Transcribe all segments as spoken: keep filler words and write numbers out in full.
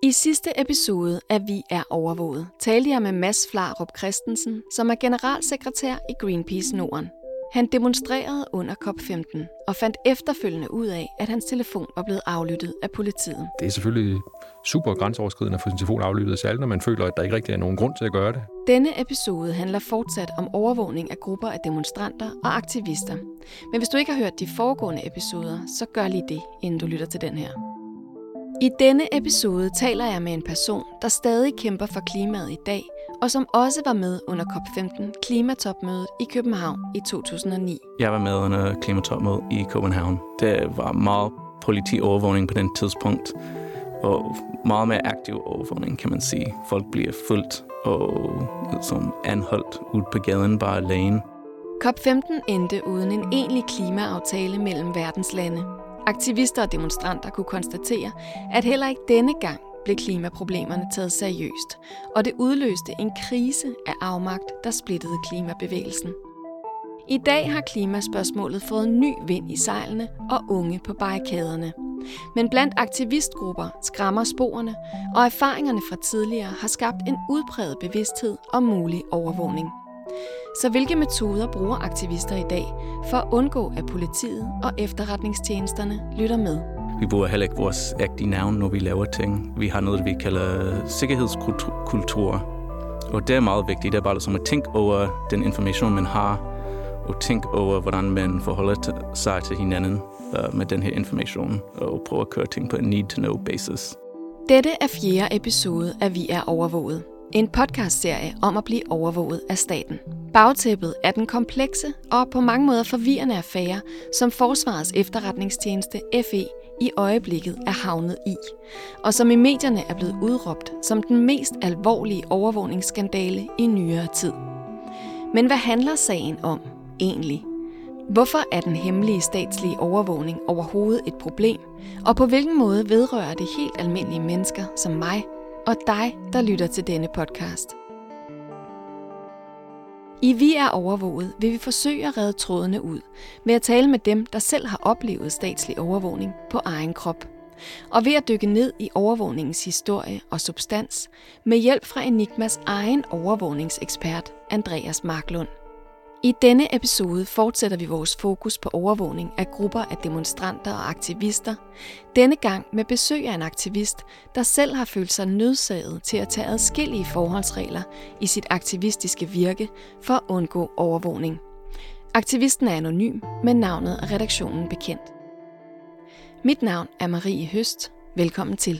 I sidste episode af Vi er overvåget talte jeg med Mads Flarup Christensen, som er generalsekretær i Greenpeace Norden. Han demonstrerede under C O P femten og fandt efterfølgende ud af, at hans telefon var blevet aflyttet af politiet. Det er selvfølgelig super grænseoverskridende at få sin telefon aflyttet, særligt når man føler, at der ikke rigtig er nogen grund til at gøre det. Denne episode handler fortsat om overvågning af grupper af demonstranter og aktivister. Men hvis du ikke har hørt de foregående episoder, så gør lige det, inden du lytter til den her. I denne episode taler jeg med en person, der stadig kæmper for klimaet i dag, og som også var med under C O P femten klimatopmødet i København i to tusind og ni. Jeg var med under klimatopmødet i København. Det var meget politiovervågning på den tidspunkt, og meget mere aktiv overvågning, kan man sige. Folk bliver fulgt og som anholdt ud på gaden bare alene. C O P femten endte uden en egentlig klimaaftale mellem verdens lande. Aktivister og demonstranter kunne konstatere, at heller ikke denne gang blev klimaproblemerne taget seriøst, og det udløste en krise af afmagt, der splittede klimabevægelsen. I dag har klimaspørgsmålet fået ny vind i sejlene og unge på barrikaderne. Men blandt aktivistgrupper skræmmer sporene, og erfaringerne fra tidligere har skabt en udpræget bevidsthed om mulig overvågning. Så hvilke metoder bruger aktivister i dag for at undgå, at politiet og efterretningstjenesterne lytter med? Vi bruger heller ikke vores ægte navn, når vi laver ting. Vi har noget, vi kalder sikkerhedskultur. Og det er meget vigtigt. Det er bare som at tænke over den information, man har, og tænke over, hvordan man forholder sig til hinanden med den her information, og prøve at køre ting på en need-to-know basis. Dette er fjerde episode af Vi er overvåget. En podcastserie om at blive overvåget af staten. Bagtæppet er den komplekse og på mange måder forvirrende affære, som Forsvarets efterretningstjeneste F E i øjeblikket er havnet i, og som i medierne er blevet udråbt som den mest alvorlige overvågningsskandale i nyere tid. Men hvad handler sagen om egentlig? Hvorfor er den hemmelige statslige overvågning overhovedet et problem? Og på hvilken måde vedrører det helt almindelige mennesker som mig og dig, der lytter til denne podcast? I Vi er overvåget vil vi forsøge at redde trådene ud ved at tale med dem, der selv har oplevet statslig overvågning på egen krop. Og ved at dykke ned i overvågningens historie og substans med hjælp fra Enigmas egen overvågningsekspert, Andreas Marklund. I denne episode fortsætter vi vores fokus på overvågning af grupper af demonstranter og aktivister, denne gang med besøg af en aktivist, der selv har følt sig nødsaget til at tage adskillige forholdsregler i sit aktivistiske virke for at undgå overvågning. Aktivisten er anonym, men navnet er redaktionen bekendt. Mit navn er Marie Høst. Velkommen til.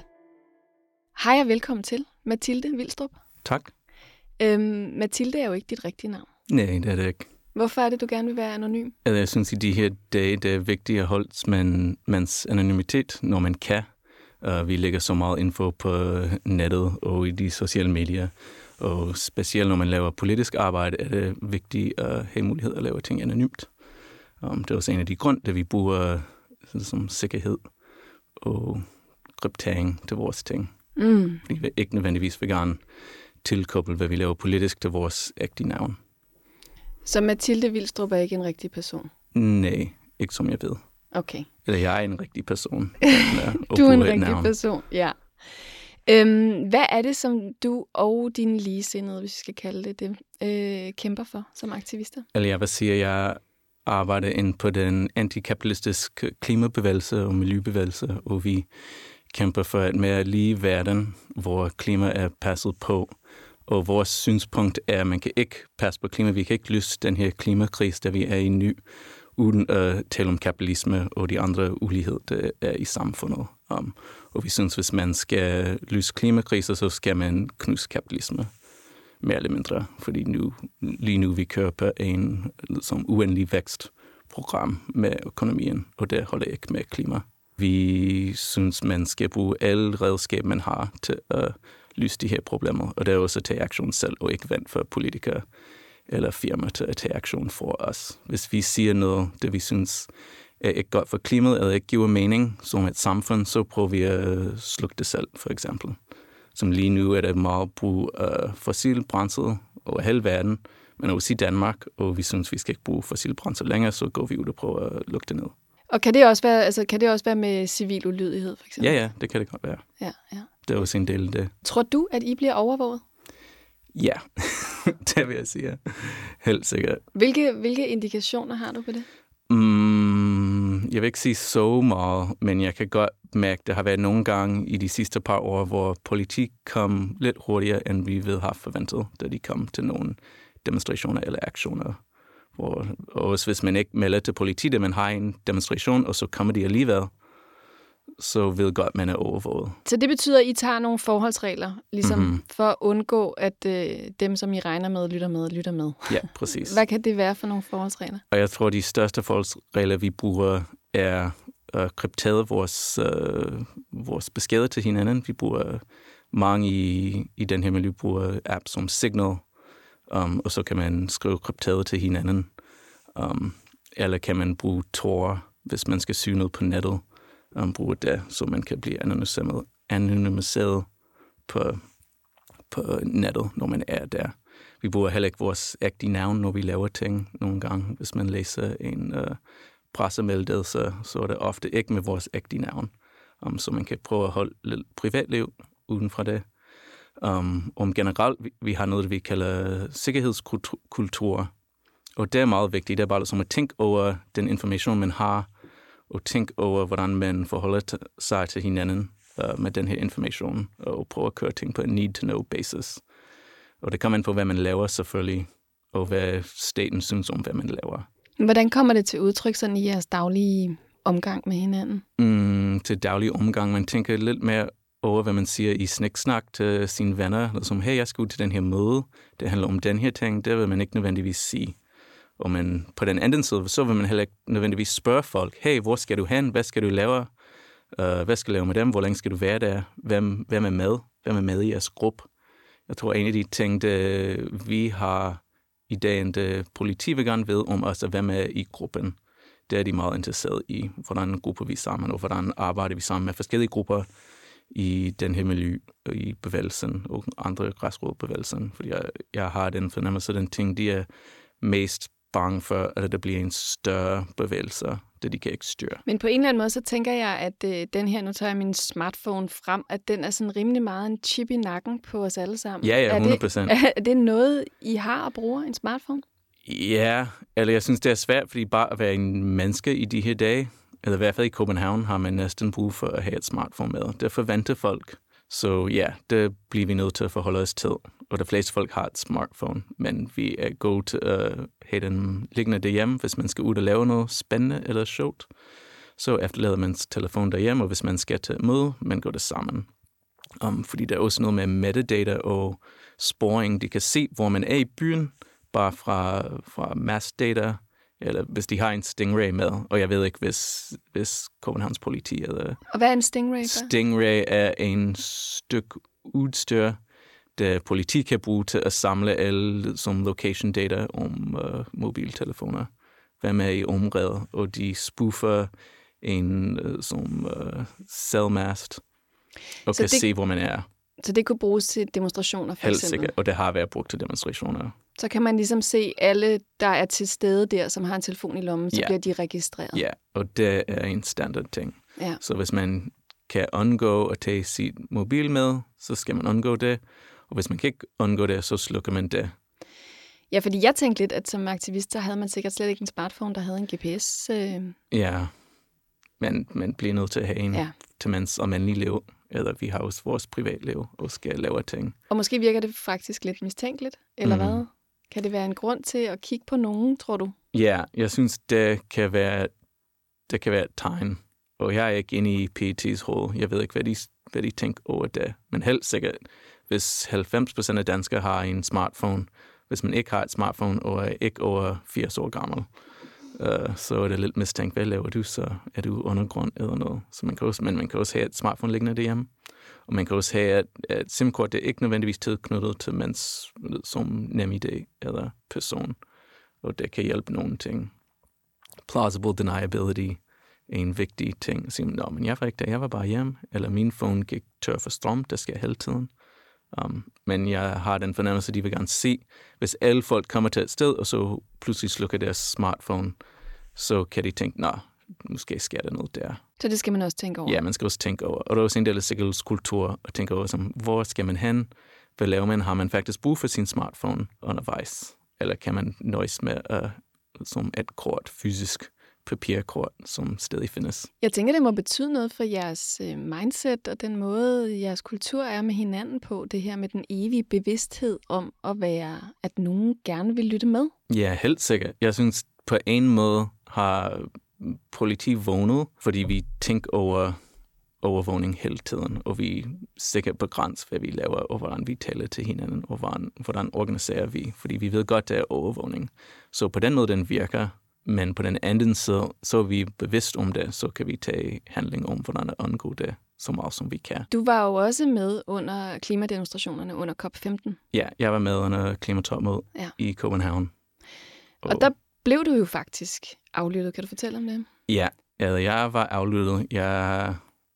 Hej og velkommen til, Mathilde Vilstrup. Tak. Øhm, Mathilde er jo ikke dit rigtige navn. Nej, det er det ikke. Hvorfor er det, du gerne vil være anonym? Jeg synes, i de her dage, det er vigtigt at holde man, mans anonymitet, når man kan. Uh, vi lægger så meget info på nettet og i de sociale medier. Og specielt når man laver politisk arbejde, er det vigtigt at have mulighed at lave ting anonymt. Um, det er også en af de grunde, at vi bruger som sikkerhed og kryptering til vores ting. Mm. Fordi vi ikke nødvendigvis vil gerne tilkoble, hvad vi laver politisk til vores ægte navn. Så Mathilde Vilstrup er ikke en rigtig person? Nej, ikke som jeg ved. Okay. Eller jeg er en rigtig person. Du er en rigtig navn. person, ja. Øhm, hvad er det, som du og dine ligesindede, hvis vi skal kalde det det, øh, kæmper for som aktivister? Eller jeg vil sige, at jeg arbejder ind på den antikapitalistiske klimabevægelse og miljøbevægelse, og vi kæmper for et mere lige verden, hvor klima er passet på. Og vores synspunkt er, at man kan ikke passe på klima. Vi kan ikke løse den her klimakrise, der vi er i nu, uden at tale om kapitalisme og de andre uligheder, der er i samfundet. Um, og vi synes, hvis man skal løse klimakriser, så skal man knuse kapitalisme mere eller mindre. Fordi nu, lige nu vi kører på en som uendelig vækstprogram med økonomien, og det holder ikke med klima. Vi synes, man skal bruge alle redskaber, man har til at løse de her problemer, og det er også at tage aktion selv, og ikke vente for politikere eller firmaer til at tage aktion for os. Hvis vi siger noget, det vi synes er ikke godt for klimaet, eller ikke giver mening som et samfund, så prøver vi at slukke det selv, for eksempel. Som lige nu er der meget brug af fossile brændsler over hele verden, men også i Danmark, og vi synes, vi skal ikke bruge fossile brændsler længere, så går vi ud og prøver at lukke det ned. Og kan det også være, altså, kan det også være med civil ulydighed, for eksempel? Ja, ja, det kan det godt være. Ja, ja. det er også en del af det. Tror du, at I bliver overvåget? Ja, det vil jeg sige. Helt sikkert. Hvilke, hvilke indikationer har du på det? Mm, jeg vil ikke sige så meget, men jeg kan godt mærke, at der har været nogle gange i de sidste par år, hvor politik kom lidt hurtigere, end vi ville have forventet, da de kom til nogle demonstrationer eller aktioner. Hvor, og også hvis man ikke melder til politi, at man har en demonstration, og så kommer de alligevel, så ved godt, man er overvåget. Så det betyder, at I tager nogle forholdsregler, ligesom mm-hmm. for at undgå, at øh, dem, som I regner med, lytter med, lytter med. Ja, præcis. Hvad kan det være for nogle forholdsregler? Og jeg tror, de største forholdsregler, vi bruger, er at kryptere vores, øh, vores beskeder til hinanden. Vi bruger mange i, i den her miljø, bruger apps som Signal, um, og så kan man skrive krypteret til hinanden. Um, eller kan man bruge Tor, hvis man skal syge noget på nettet. Um, bruge det, så man kan blive anonymiseret, anonymiseret på, på nettet, når man er der. Vi bruger heller ikke vores ægte navn, når vi laver ting nogle gange. Hvis man læser en uh, pressemeddelelse, så er det ofte ikke med vores ægte navn. Um, så man kan prøve at holde lidt privatliv uden fra det. Um, om generelt, vi, vi har noget, vi kalder sikkerhedskultur. Og det er meget vigtigt. Det er bare som at tænke over den information, man har, og tænke over, hvordan man forholder sig til hinanden uh, med den her information, og prøve at køre ting på en need-to-know basis. Og det kommer an på, hvad man laver selvfølgelig, og hvad staten synes om, hvad man laver. Hvordan kommer det til udtryk sådan i jeres daglige omgang med hinanden? Mm, til daglig omgang, man tænker lidt mere over, hvad man siger i sniksnak til sine venner, som, hey, jeg skal ud til den her møde, det handler om den her ting, det vil man ikke nødvendigvis sige. Og man, på den anden side, så vil man heller ikke nødvendigvis spørge folk, hey, hvor skal du hen, hvad skal du lave, uh, hvad skal du lave med dem, hvor længe skal du være der, hvem, hvem er med, hvem er med i jeres gruppe. Jeg tror, en af de ting, det vi har i dag, det politi vil gerne vide om os, hvem er i gruppen. Det er de meget interesseret i, hvordan grupper vi sammen, og hvordan arbejder vi sammen med forskellige grupper i den her miljø, i bevægelsen og andre græsrodbevægelsen. Fordi jeg, jeg har den fornemmelse, den ting, de er mest bange for, at der bliver en større bevægelse, det de kan ikke styre. Men på en eller anden måde, så tænker jeg, at øh, den her, nu tager jeg min smartphone frem, at den er sådan rimelig meget en chip i nakken på os alle sammen. Ja, ja, hundrede procent. Er det, er det noget, I har og bruger, en smartphone? Ja, eller jeg synes, det er svært, fordi bare at være en menneske i de her dage, eller i hvert fald i København, har man næsten brug for at have et smartphone med. Det forventer folk. Så ja, det bliver vi nødt til at forholde os til. Og de fleste folk har et smartphone, men vi er gode til at have den liggende derhjemme, hvis man skal ud og lave noget spændende eller sjovt. Så efterlader man telefon derhjemme, og hvis man skal til møde, man går det sammen. Um, fordi der er også noget med metadata og sporing. De kan se, hvor man er i byen, bare fra, fra mass data, eller hvis de har en Stingray med, og jeg ved ikke, hvis, hvis Københavns politi eller... Og hvad er en Stingray så? Stingray er en stykke udstyr, der politi kan bruge til at samle alle som location data om uh, mobiltelefoner. Hvem er i området, og de spoofer en uh, som uh, cellmast, og så kan det, se, hvor man er. Så det kunne bruges til demonstrationer, for Helt eksempel? sikkert, og det har været brugt til demonstrationer. Så kan man ligesom se alle, der er til stede der, som har en telefon i lommen, så ja. bliver de registreret. Ja, og det er en standard ting. Ja. Så hvis man kan undgå at tage sit mobil med, så skal man undgå det. Og hvis man kan ikke undgå det, så slukker man det. Ja, fordi jeg tænkte lidt, at som aktivist, så havde man sikkert slet ikke en smartphone, der havde en G P S. Øh... Ja, men man bliver nødt til at have en ja. til mands almindelige liv. Eller vi har også vores privatliv og skal lave ting. Og måske virker det faktisk lidt mistænkeligt, eller mm. hvad? Kan det være en grund til at kigge på nogen, tror du? Ja, jeg synes, det kan være, det kan være et tegn. Og jeg er ikke inde i P E T's hoved. Jeg ved ikke, hvad de, hvad de tænker over det. Men helt sikkert, hvis halvfems procent af danskere har en smartphone, hvis man ikke har et smartphone og er ikke over firs år gammel, uh, så er det lidt mistænkt. Hvad laver du så? Er du undergrund eller noget? Så man kan også, men man kan også have et smartphone liggende derhjemme. Og man kan også have et, et SIM-kort, der ikke nødvendigvis tilknyttet til mens som NemID eller person. Og det kan hjælpe nogle ting. Plausible deniability er en vigtig ting. At sige, nå, men jeg var ikke der, jeg var bare hjemme. Eller min phone gik tør for strøm, det sker hele tiden. Um, men jeg har den fornemmelse, at de vil gerne se, hvis alle folk kommer til et sted, og så pludselig slukker deres smartphone, så kan de tænke, nå, måske sker der noget der. Så det skal man også tænke over? Ja, man skal også tænke over. Og der er også en del af sikkerhedskultur at tænke over, som, hvor skal man hen? Hvad laver man? Har man faktisk brug for sin smartphone undervejs? Eller kan man nøjes med uh, som et kort, fysisk papirkort, som stadig findes? Jeg tænker, det må betyde noget for jeres mindset og den måde, jeres kultur er med hinanden på, det her med den evige bevidsthed om at være, at nogen gerne vil lytte med. Ja, helt sikkert. Jeg synes, på en måde har politi vågnet, fordi vi tænker over overvågning hele tiden, og vi sikkert begrænser, hvad vi laver, og hvordan vi taler til hinanden, og hvordan, hvordan organiserer vi, fordi vi ved godt, det er overvågning. Så på den måde, den virker, men på den anden side, så er vi bevidst om det, så kan vi tage handling om, hvordan at undgå det så meget, som vi kan. Du var jo også med under klimademonstrationerne under COP femten. Ja, jeg var med under klimatopmødet ja. i København. Og, og der blev du jo faktisk aflyttet. Kan du fortælle om det? Ja, jeg var aflyttet. Jeg,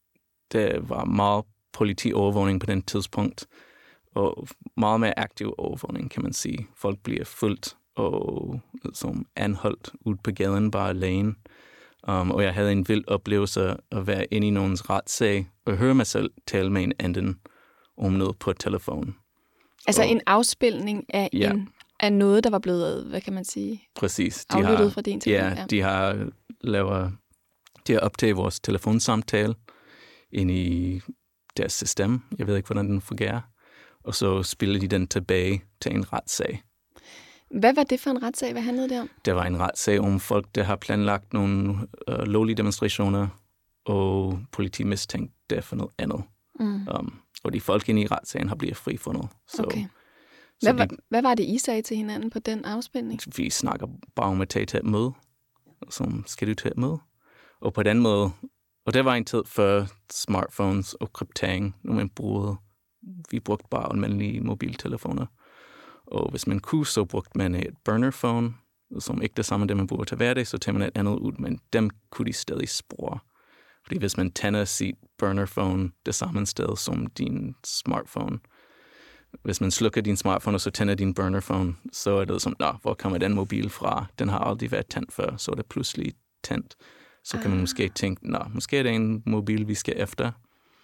det var meget politiovervågning på den tidspunkt, og meget mere aktiv overvågning, kan man sige. Folk bliver fulgt og som anholdt ud på gaden bare alene. Um, og jeg havde en vild oplevelse at være inde i nogens retssag og høre mig selv tale med en anden om noget på telefon. Altså og, en afspilning af, ja. en, af noget, der var blevet, hvad kan man sige, præcis. De aflyttet har, fra din telefon? Ja, ja, de har lavet, de har optaget vores telefonsamtale ind i deres system. Jeg ved ikke, hvordan den fungerer. Og så spiller de den tilbage til en retssag. Hvad var det for en retssag? Hvad handlede det om? Det var en retssag om folk, der har planlagt nogle øh, lovlige demonstrationer, og politi mistænkt det for noget andet. Mm. Um, og de folk inde i retssagen har blivet frifundet. Så, okay. så hvad, de, hvad var det, I sagde til hinanden på den afspilning? Vi snakker bare om at tage til et møde. Som skal du tage et møde? Og på den måde, og det var en tid før smartphones og kryptering, når man brugte, vi brugte bare almindelige mobiltelefoner. Og hvis man kunne, så brugte man et burner phone, som ikke det samme, det man bruger til hverdag, så tager man et andet ud, men dem kunne de stadig spore. Fordi hvis man tænder sit burner phone det samme sted som din smartphone, hvis man slukker din smartphone, og så tænder din burner phone, så er det som, nå, hvor kommer den mobil fra? Den har aldrig været tændt før, så er det pludselig tændt. Så kan man måske tænke, nå, måske er det en mobil, vi skal efter.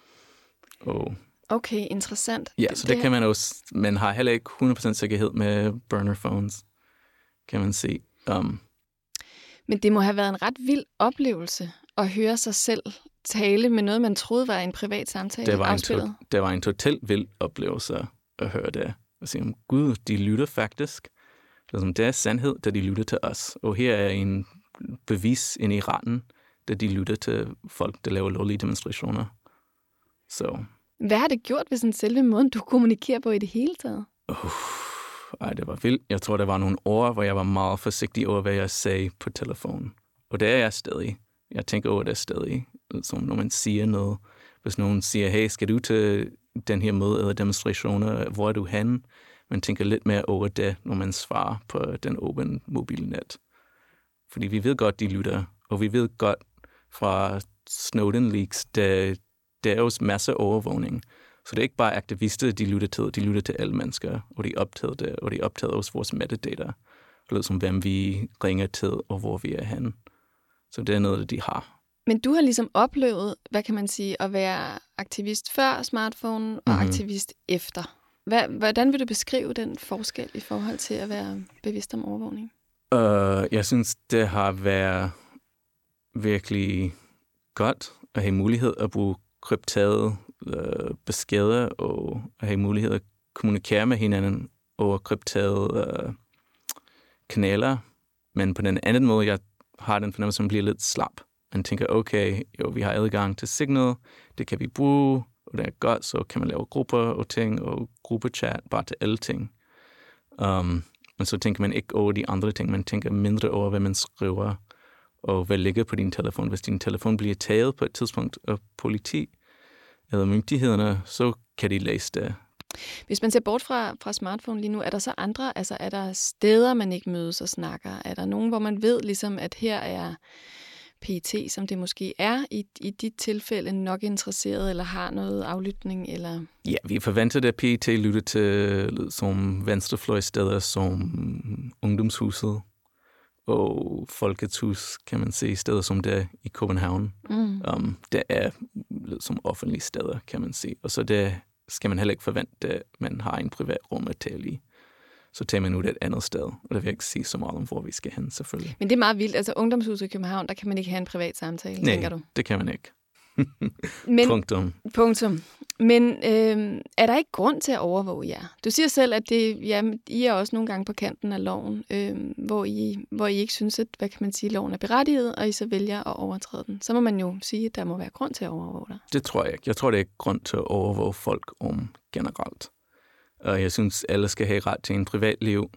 Og okay, interessant. ja, så det, det kan man også, man har heller ikke hundrede procent sikkerhed med burner phones, kan man se. Um, Men det må have været en ret vild oplevelse at høre sig selv tale med noget, man troede var en privat samtale. Det var, en, to- det var en totalt vild oplevelse at høre det. Og sige, gud, de lytter faktisk. Det er sandhed, da de lytter til os. Og her er en bevis ind i retten, da de lytter til folk, der laver lovlige demonstrationer. Så hvad har det gjort ved sådan selve måden, du kommunikerer på i det hele taget? Uh, ej, det var vildt. Jeg tror, der var nogle år, hvor jeg var meget forsigtig over, hvad jeg sagde på telefonen. Og det er jeg stadig. Jeg tænker over det stadig. Som når man siger noget. Hvis nogen siger, hey, skal du til den her møde eller demonstrationer? Hvor er du henne? Man tænker lidt mere over det, når man svarer på den åbne mobilnet. Fordi vi ved godt, de lytter. Og vi ved godt fra Snowden Leaks, det Der er også masser af overvågning. Så det er ikke bare aktivister, de lytter til. De lytter til alle mennesker, og de optager det, og de optager også vores metadata. Som hvem vi ringer til, og hvor vi er henne. Så det er noget, de har. Men du har ligesom oplevet, hvad kan man sige, at være aktivist før smartphone og mm-hmm. aktivist efter. Hvad, hvordan vil du beskrive den forskel i forhold til at være bevidst om overvågning? Uh, jeg synes, det har været virkelig godt at have mulighed at bruge krypterede øh, beskeder og at have mulighed at kommunikere med hinanden over krypterede øh, kanaler. Men på den anden måde, jeg har den fornemmelse, at man bliver lidt slap. Man tænker, okay, jo, vi har adgang til Signal, det kan vi bruge, og det er godt, så kan man lave grupper og ting, og gruppechat, bare til alle ting. Um, men så tænker man ikke over de andre ting, man tænker mindre over, hvad man skriver, og hvad ligger på din telefon. Hvis din telefon bliver taget på et tidspunkt af politi eller myndighederne, så kan de læse det. Hvis man ser bort fra, fra smartphone lige nu, er der så andre, altså er der steder, man ikke mødes og snakker? Er der nogen, hvor man ved, ligesom, at her er P E T, som det måske er, i, i dit tilfælde nok interesseret, eller har noget aflytning? Eller? Ja, vi forventer, at P E T lytter til som venstrefløjsteder som Ungdomshuset og Folkets Hus, kan man se, steder som det i København. Mm. Um, det er lidt som offentlige steder, kan man se. Og så det skal man heller ikke forvente, at man har en privat rum at tale i. Så tager man ud et andet sted, og der vil jeg ikke sige så meget om, hvor vi skal hen, selvfølgelig. Men det er meget vildt. Altså, Ungdomshuset i København, der kan man ikke have en privat samtale, Nej, tænker du? det kan man ikke. Men, punktum. Punktum. Men øh, er der ikke grund til at overvåge jer? Du siger selv, at det, ja, I er også nogle gange på kanten af loven, øh, hvor, I, hvor I ikke synes, at hvad kan man sige, loven er berettiget, og I så vælger at overtræde den. Så må man jo sige, at der må være grund til at overvåge dig. Det tror jeg ikke. Jeg tror, det er grund til at overvåge folk om generelt. Og jeg synes, alle skal have ret til en privatliv,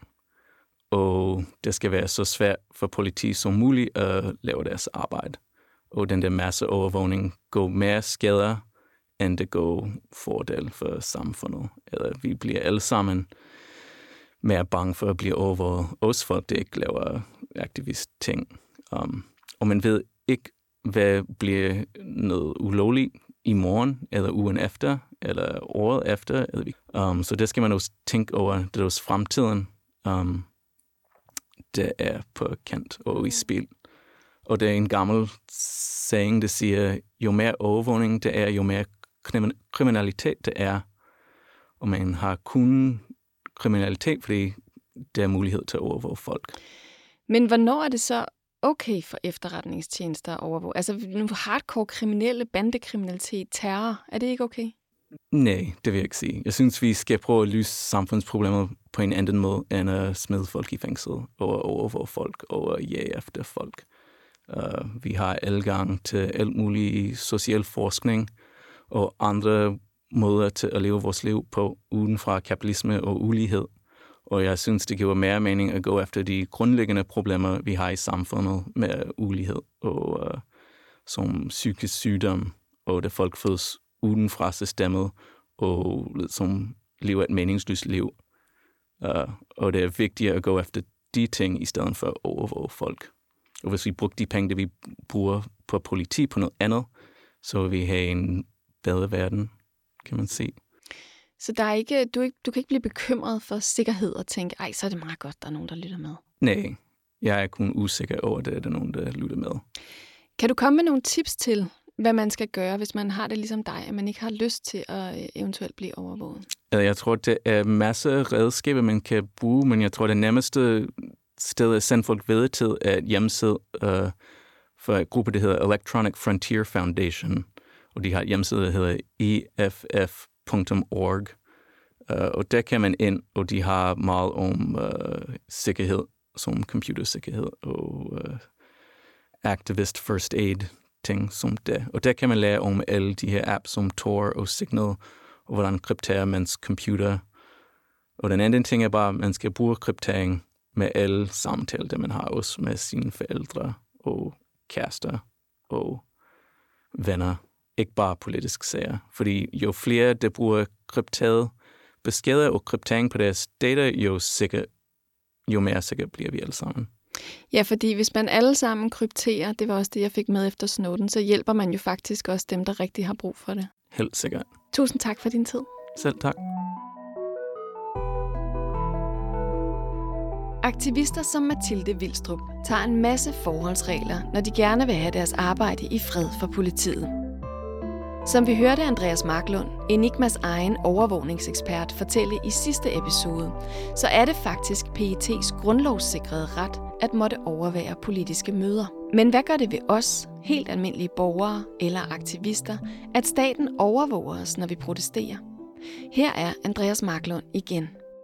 og det skal være så svært for politi som muligt at lave deres arbejde. Og den der masse overvågning går mere skader, end det går fordel for samfundet. Eller vi bliver alle sammen mere bange for at blive overvåget. Også folk, der ikke laver aktivist ting. Um, og man ved ikke, hvad bliver noget ulovligt i morgen, eller ugen efter, eller året efter. Eller, um, så det skal man også tænke over, det er også fremtiden. Um, det er på kant og i spil. Og det er en gammel saying, der siger, jo mere overvågning det er, jo mere kriminalitet det er. Og man har kun kriminalitet, fordi der er mulighed til at overvåge folk. Men hvornår er det så okay for efterretningstjenester at overvåge? Altså hardcore kriminelle, bandekriminalitet, terror, er det ikke okay? Nej, det vil jeg ikke sige. Jeg synes, vi skal prøve at løse samfundsproblemer på en anden måde, end at smide folk i fængsel, og overvåge folk, og jage efter folk. Uh, vi har adgang til alt mulig social forskning, og andre måder til at leve vores liv på, uden fra kapitalisme og ulighed. Og jeg synes, det giver mere mening at gå efter de grundlæggende problemer, vi har i samfundet med ulighed, og uh, som psykisk sygdom, og det folk fødes uden fra systemet, og som lever et meningsløst liv. Uh, og det er vigtigt at gå efter de ting, i stedet for at overvåge folk. Og hvis vi bruger de penge, vi bruger på politi på noget andet, så vil vi have en bedre verden, kan man sige. Så der er ikke, du, ikke, du kan ikke blive bekymret for sikkerhed og tænke, ej, så er det meget godt, der er nogen, der lytter med. Nej, jeg er kun usikker over, at der er nogen, der lytter med. Kan du komme med nogle tips til, hvad man skal gøre, hvis man har det ligesom dig, at man ikke har lyst til at eventuelt blive overvåget? Jeg tror, det er masser af redskaber, man kan bruge, men jeg tror, det nærmeste sted at sende folk videre til er et hjemmeside uh, for en gruppe, der hedder Electronic Frontier Foundation. Og de har et hjemmeside, der hedder E F F punktum org. Uh, og der kan man ind, og de har meget om uh, sikkerhed, som computersikkerhed og uh, activist first aid ting som det. Og der kan man lære om alle de her apps som Tor og Signal, og hvordan krypterer man's computer. Og den anden ting er bare, at man skal bruge kryptering med alle samtaler, der man har også med sine forældre og kærester og venner. Ikke bare politisk sager. Fordi jo flere, der bruger krypterede beskeder og kryptering på deres data, jo, sikker, jo mere sikker bliver vi alle sammen. Ja, fordi hvis man alle sammen krypterer, det var også det, jeg fik med efter Snowden, så hjælper man jo faktisk også dem, der rigtig har brug for det. Helt sikkert. Tusind tak for din tid. Selv tak. Aktivister som Mathilde Vilstrup tager en masse forholdsregler, når de gerne vil have deres arbejde i fred for politiet. Som vi hørte Andreas Marklund, Enigmas egen overvågningsekspert, fortælle i sidste episode, så er det faktisk P E T's grundlovssikrede ret at måtte overvære politiske møder. Men hvad gør det ved os, helt almindelige borgere eller aktivister, at staten overvåger os, når vi protesterer? Her er Andreas Marklund igen.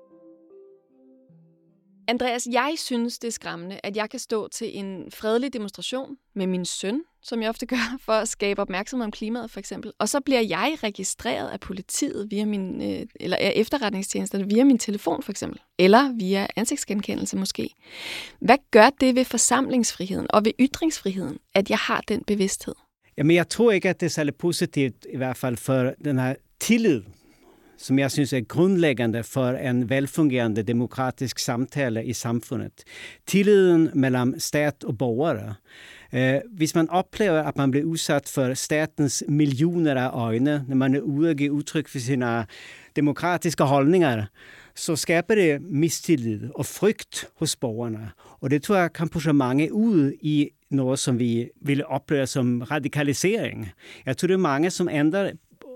Andreas, jeg synes, det er skræmmende, at jeg kan stå til en fredelig demonstration med min søn, som jeg ofte gør, for at skabe opmærksomhed om klimaet for eksempel. Og så bliver jeg registreret af politiet via min, øh, eller af efterretningstjenesterne via min telefon for eksempel. Eller via ansigtsgenkendelse måske. Hvad gør det ved forsamlingsfriheden og ved ytringsfriheden, at jeg har den bevidsthed? Jamen, jeg tror ikke, at det er særlig positivt, i hvert fald for den her tillid, som jeg synes er grundlæggende for en velfungerende demokratisk samtale i samfundet. Tilliden mellem stat og borgere. Eh, hvis man oplever, at man bliver udsat for statens millioner af øjne, når man er ude og giver udtryk for sine demokratiske holdninger, så skaber det mistillid og frygt hos borgerne. Og det tror jeg kan pushe mange ud i noget, som vi vil opleve som radikalisering. Jeg tror, det er mange, som ender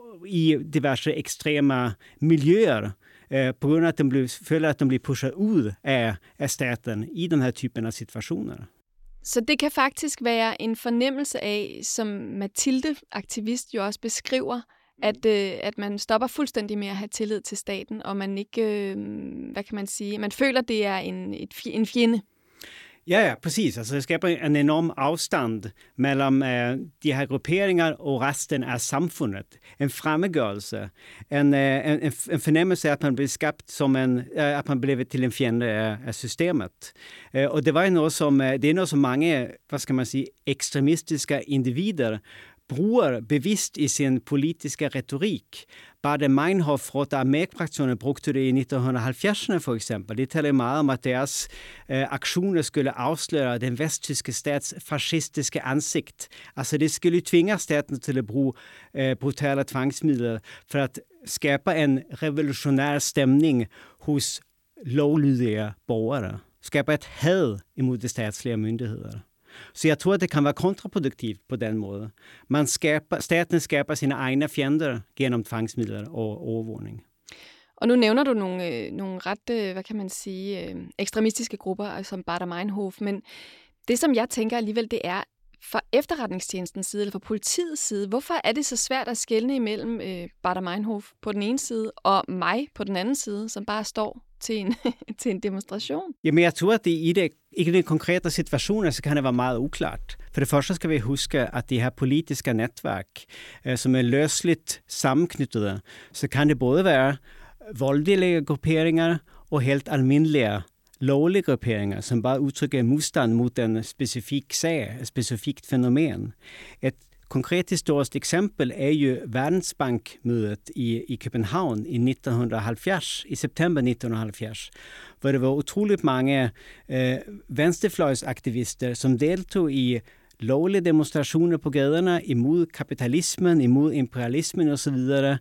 i diverse ekstreme miljøer, eh, på grund af, at de bliver, føler, at de bliver pushet ud af, af staten i den her typen af situationer. Så det kan faktisk være en fornemmelse af, som Mathilde, aktivist, jo også beskriver, at, øh, at man stopper fuldstændig med at have tillid til staten, og man ikke, øh, hvad kan man sige, man føler, det er en, et, en fjende. Ja, ja, precis. Altså, det skaber en enorm afstand mellem eh, de her grupperinger og resten af samfundet. En fremmedgørelse, en, eh, en, en fornemmelse af, at man bliver skabt som en, eh, at man bliver til en fjende af, af systemet. Eh, og det var noget som, det er noget som mange, hvad skal man sige, ekstremistiske individer bruger bevidst i sin politiske retorik. Baader-Meinhof fra Amerikfraktionen brugte det i nitten halvfjerdserne for eksempel. De taler meget om, at deres eh, aktioner skulle afsløre den vesttyske stats fascistiske ansigt. Altså det skulle tvinge staten til at bruge eh, brutale tvangsmidler for at skabe en revolutionær stemning hos lovlydige borgere. Skabe et had imod de statslige myndigheder. Så jeg tror, at det kan være kontraproduktivt på den måde. Man skaber, staten skaber sine egne fjender gennem tvangsmidler og overvågning. Og nu nævner du nogle, øh, nogle ret, øh, hvad kan man sige, øh, ekstremistiske grupper som Baader-Meinhof, men det, som jeg tænker alligevel, det er fra efterretningstjenestens side, eller fra politiets side, hvorfor er det så svært at skelne imellem øh, Baader-Meinhof på den ene side, og mig på den anden side, som bare står til en, til en demonstration? Jamen, jeg tror, at det i, det, i den konkrete situation, så kan det være meget uklart. For det første skal vi huske, at de her politiske netværk, øh, som er løsligt sammenknyttede, så kan det både være voldelige grupperinger og helt almindelige lovlige grupperinger, som bare udtrykker modstand mod en specifik sag, et specifikt fænomen. Et konkret historisk eksempel er jo Verdensbankmødet i, i København i nitten halvfjerds, i september nitten halvfjerds, hvor det var utroligt mange øh, venstrefløjsaktivister, som deltog i lovlige demonstrationer på gaderne imod kapitalismen, imod imperialismen osv.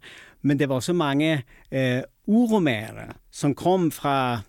Men det var også mange øh, uromære, som kom fra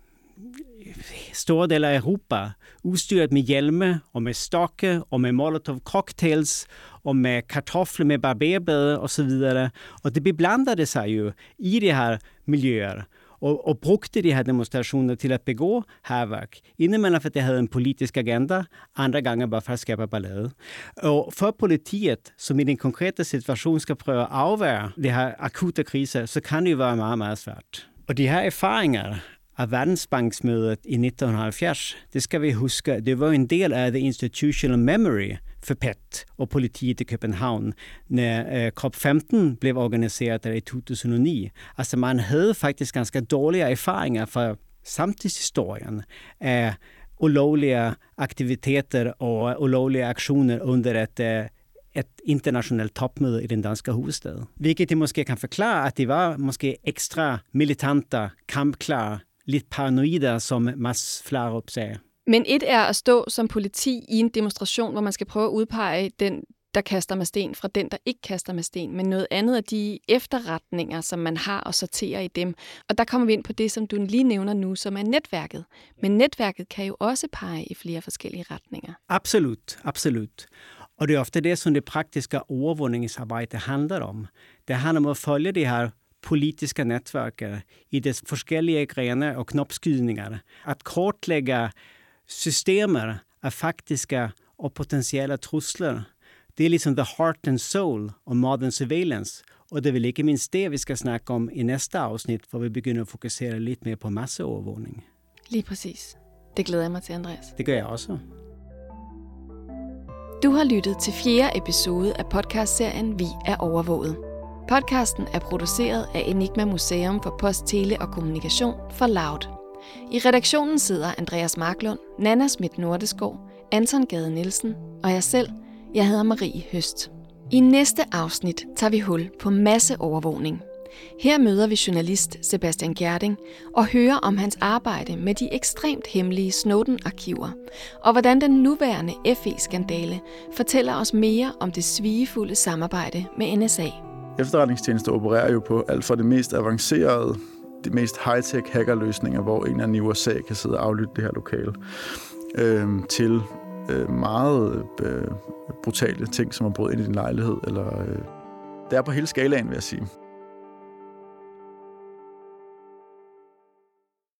store deler af Europa, udstyret med hjelme og med stokke og med molotov cocktails og med kartofler med barberblade og så videre. Og det beblandede sig jo i de her miljøer og, og brugte de her demonstrationer til at begå hærværk. Indimellem for at det havde en politisk agenda, andre gange bare for at skabe ballade. Og for politiet, som i den konkrete situation skal prøve at afværge de her akutte kriser, så kan det jo være meget, meget svært. Og de her erfaringer af Verdensbanksmødet i nitten halvfjerds, det skal vi huske, det var en del af the institutional memory for P E T og politiet i København, når uh, COP femten blev organiseret i to tusind og ni. Altså man havde faktisk ganske dårlige erfaringer fra samtidshistorien af ulovlige aktiviteter og ulovlige aktioner under et uh, et internationalt topmøde i den danske hovedstad. Hvilket det måske kan forklare, at de var måske ekstra militante, kampklare, lidt paranoide, som Mads Flarup sagde. Men et er at stå som politi i en demonstration, hvor man skal prøve at udpege den, der kaster med sten, fra den, der ikke kaster med sten. Men noget andet er de efterretninger, som man har og sorterer i dem. Og der kommer vi ind på det, som du lige nævner nu, som er netværket. Men netværket kan jo også pege i flere forskellige retninger. Absolut, absolut. Og det er ofte det, som det praktiske overvågningsarbejde handler om. Det handler om at følge de her politiske netværk i dets forskellige grene og knopskydninger. At kortlægge systemer af faktiske og potentielle trusler. Det er ligesom the heart and soul of modern surveillance. Og det er vel ikke mindst det, vi skal snakke om i næste afsnit, hvor vi begynder at fokusere lidt mere på masseovervågning. Lige præcis. Det glæder jeg mig til, Andreas. Det gør jeg også. Du har lyttet til fjerde episode af podcastserien Vi er overvåget. Podcasten er produceret af Enigma Museum for Post, Tele og Kommunikation for Loud. I redaktionen sidder Andreas Marklund, Nanna Schmidt Nordeskov, Anton Gade Nielsen og jeg selv. Jeg hedder Marie Høst. I næste afsnit tager vi hul på masseovervågning. Her møder vi journalist Sebastian Gjerding og hører om hans arbejde med de ekstremt hemmelige Snowden-arkiver, og hvordan den nuværende F E-skandale fortæller os mere om det svigefulde samarbejde med N S A. Efterretningstjenester opererer jo på alt fra det mest avancerede de mest high-tech hackerløsninger, hvor en eller anden i U S A kan sidde og aflytte det her lokale, øh, til øh, meget øh, brutale ting, som at bryde ind i din lejlighed. Eller, øh, det er på hele skalaen, vil jeg sige.